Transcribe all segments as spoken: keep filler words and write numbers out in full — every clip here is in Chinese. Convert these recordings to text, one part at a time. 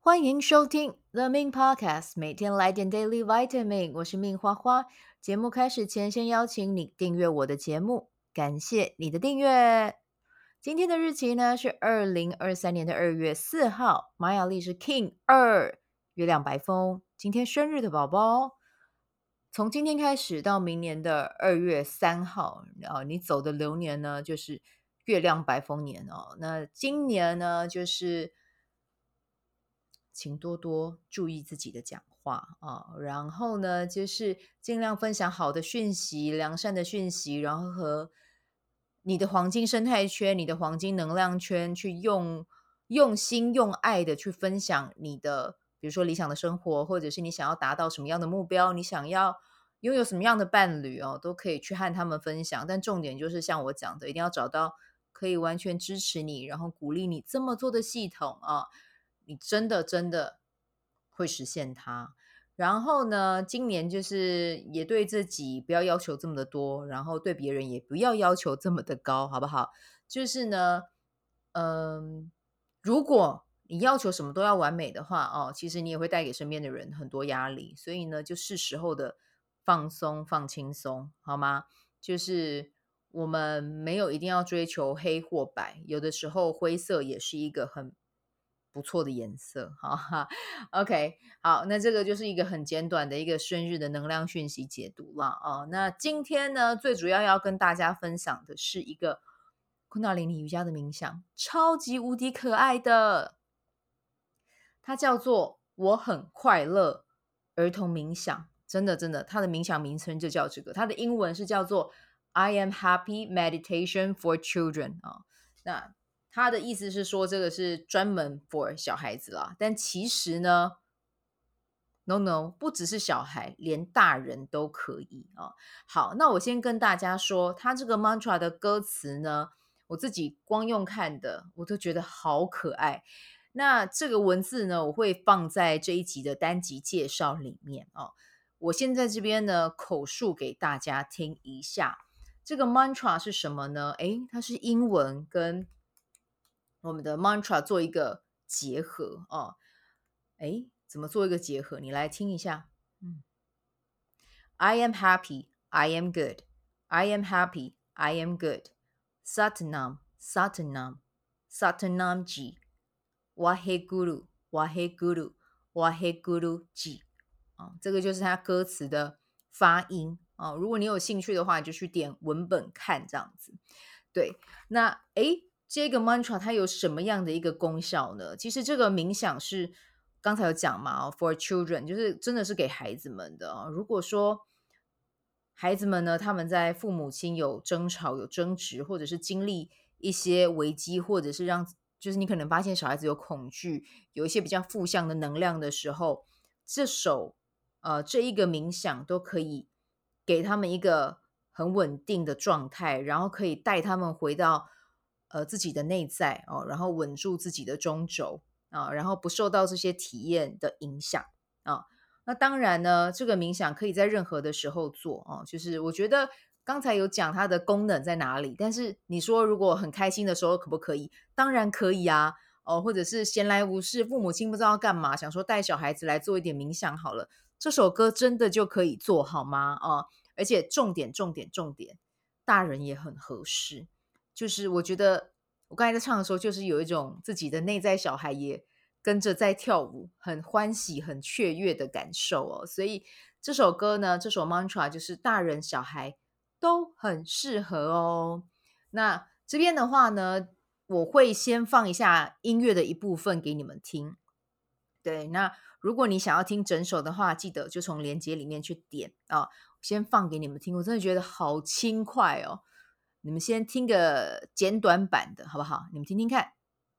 欢迎收听 The Min Podcast，每天来点 Daily Vitamin，我是命花花。节目开始前，先邀请你订阅我的节目，感谢你的订阅。今天的日期呢是二零二三年的二月四号，玛雅历是 King 二，月亮白风。今天生日的宝宝，从今天开始到明年的二月三号，啊，你走的流年呢就是月亮白风年哦。那今年呢就是请多多注意自己的讲话啊，然后呢，就是尽量分享好的讯息、良善的讯息，然后和你的黄金生态圈、你的黄金能量圈去用用心、用爱的去分享你的，比如说理想的生活，或者是你想要达到什么样的目标，你想要拥有什么样的伴侣哦，都可以去和他们分享。但重点就是像我讲的，一定要找到可以完全支持你，然后鼓励你这么做的系统啊。你真的真的会实现它。然后呢，今年就是也对自己不要要求这么的多，然后对别人也不要要求这么的高，好不好？就是呢，嗯，如果你要求什么都要完美的话，哦，其实你也会带给身边的人很多压力。所以呢，就是时候的放松、放轻松，好吗？就是我们没有一定要追求黑或白，有的时候灰色也是一个很不错的颜色，哈哈。OK，好，那这个就是一个很简短的一个生日的能量讯息解读了哦。那今天呢，最主要要跟大家分享的是一个昆达里尼瑜伽的冥想，超级无敌可爱的，它叫做“我很快乐”儿童冥想。真的，真的，它的冥想名称就叫这个，它的英文是叫做 "I am happy meditation for children" 啊、那它的意思是说，这个是专门 for 小孩子啦。但其实呢，no no，不只是小孩，连大人都可以啊。好，那我先跟大家说，它这个 mantra 的歌词呢，我自己光用看的，我都觉得好可爱。那这个文字呢，我会放在这一集的单集介绍里面哦。我先在这边呢口述给大家听一下。这个 mantra 是什么呢？诶，它是英文跟我们的 mantra 做一个结合哦。诶，怎么做一个结合？你来听一下。嗯，I am happy, I am good. I am happy, I am good. Satnam, Satnam, Satnam ji. Waheguru, Waheguru, Waheguru ji。啊，这个就是它歌词的发音啊。如果你有兴趣的话，你就去点文本看这样子。对，那诶，这个 mantra 它有什么样的一个功效呢？其实这个冥想是刚才有讲嘛，哦，for children，就是真的是给孩子们的哦。如果说孩子们呢，他们在父母亲有争吵、有争执，或者是经历一些危机，或者是让就是你可能发现小孩子有恐惧，有一些比较负向的能量的时候，这首呃这一个冥想都可以给他们一个很稳定的状态，然后可以带他们回到呃自己的内在哦，然后稳住自己的中轴啊，然后不受到这些体验的影响啊。那当然呢，这个冥想可以在任何的时候做哦。就是我觉得刚才有讲它的功能在哪里，但是你说如果很开心的时候可不可以？当然可以啊。哦，或者是闲来无事，父母亲不知道要干嘛，想说带小孩子来做一点冥想好了，这首歌真的就可以做好吗？哦，而且重点重点重点，大人也很合适。就是我觉得我刚才在唱的时候，就是有一种自己的内在小孩也跟着在跳舞，很欢喜、很雀跃的感受哦。所以这首歌呢，这首 mantra 就是大人小孩都很适合哦。那这边的话呢，我会先放一下音乐的一部分给你们听。对，那如果你想要听整首的话，记得就从连接里面去点啊。先放给你们听，我真的觉得好轻快哦。你们先听个简短版的好不好？你们听听看。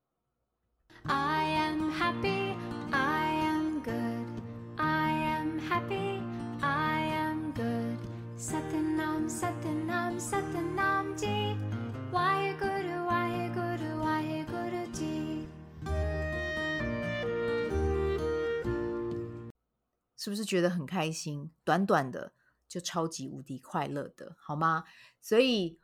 I am happy, I am good. I am happy, I am good. Satanam, Satanam, Satanam ji. Waheguru, Waheguru, Waheguru ji. 是不是觉得很开心？短短的就超级无敌快乐的，好吗？所以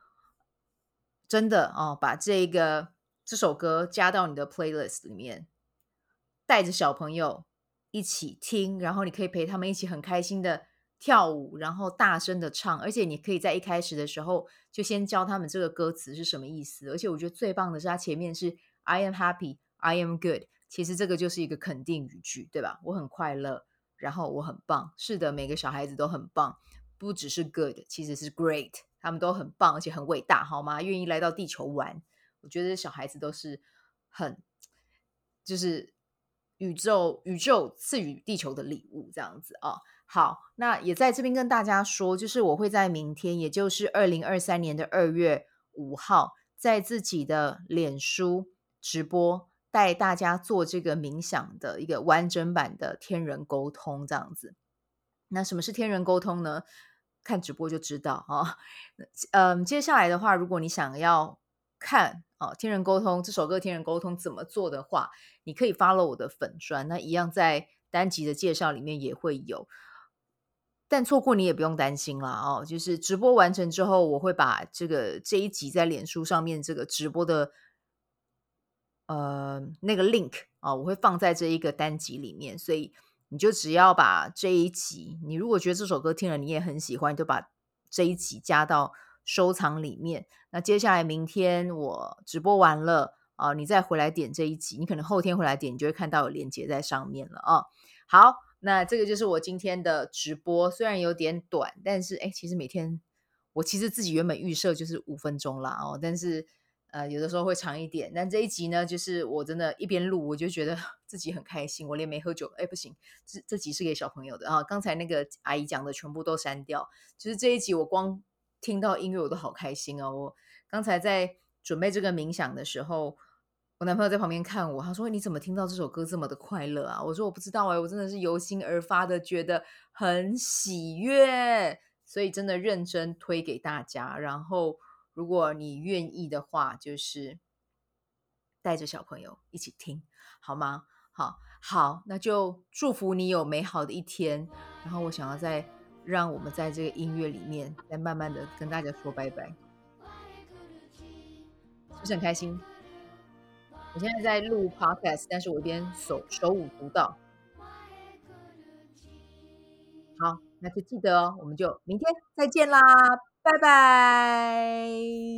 真的哦，把这个这首歌加到你的 playlist 里面， 带着小朋友一起听，然后你可以陪他们一起很开心的跳舞，然后大声的唱，而且你可以在一开始的时候就先教他们这个歌词是什么意思。而且我觉得最棒的是它前面是 I am happy, I am good， 其实这个就是一个肯定语句，对吧？我很快乐，然后我很棒。是的，每个小孩子都很棒，不只是 good， 其实是 great， 他们都很棒，而且很伟大，好吗？愿意来到地球玩，我觉得小孩子都是很就是宇宙宇宙赐予地球的礼物这样子啊。好，那也在这边跟大家说，就是我会在明天，也就是二零二三年的二月五号，在自己的脸书直播，带大家做这个冥想的一个完整版的天人沟通这样子。那什么是天人沟通呢？看直播就知道啊。嗯，接下来的话，如果你想要看啊天人沟通这首歌天人沟通怎么做的话，你可以 follow 我的粉专，那一样在单集的介绍里面也会有。但错过你也不用担心啦哦，就是直播完成之后，我会把这个这一集在脸书上面这个直播的呃那个 link 啊、我会放在这一个单集里面，所以你就只要把这一集，你如果觉得这首歌听了你也很喜欢，你就把这一集加到收藏里面。那接下来明天我直播完了啊、你再回来点这一集，你可能后天回来点，你就会看到有连接在上面了啊。好，那这个就是我今天的直播，虽然有点短，但是哎，其实每天我其实自己原本预设就是五分钟啦哦，但是呃有的时候会长一点。但这一集呢，就是我真的一边录，我就觉得自己很开心，我连没喝酒，哎不行，这这集是给小朋友的啊。刚才那个阿姨讲的全部都删掉，就是这一集我光听到音乐我都好开心哦。我刚才在准备这个冥想的时候，我男朋友在旁边看我，他说：“你怎么听到这首歌这么的快乐啊？”我说：“我不知道哎、我真的是由心而发的，觉得很喜悦，所以真的认真推给大家。然后，如果你愿意的话，就是带着小朋友一起听，好吗？好，好，那就祝福你有美好的一天。然后，我想要再让我们在这个音乐里面，再慢慢的跟大家说拜拜，是不是很开心？我现在在录 podcast，但是我一边手手舞足蹈。好，那就记得哦，我们就明天再见啦，拜拜。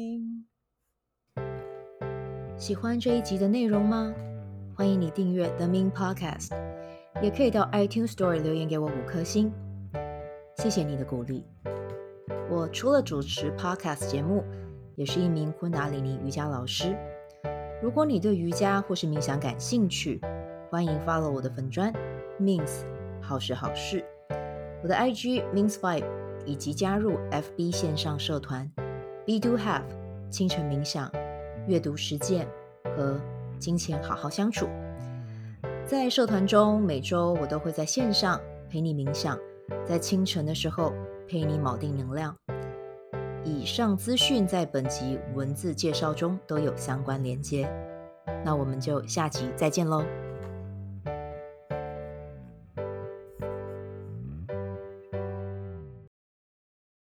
喜欢这一集的内容吗？欢迎你订阅 The Min Podcast，也可以到 iTunes Store 留言给我五颗星，谢谢你的鼓励。我除了主持 podcast 节目，也是一名昆达里尼瑜伽老师。如果你对瑜伽或是冥想感兴趣，欢迎 follow 我的粉专 Mins 好事好事，我的 I G Mins Vibe， 以及加入 F B 线上社团 Be Do Have 清晨冥想、阅读实践和金钱好好相处。在社团中，每周我都会在线上陪你冥想，在清晨的时候陪你铆定能量。以上资讯在本集文字介绍中都有相关连接，那我们就下集再见喽。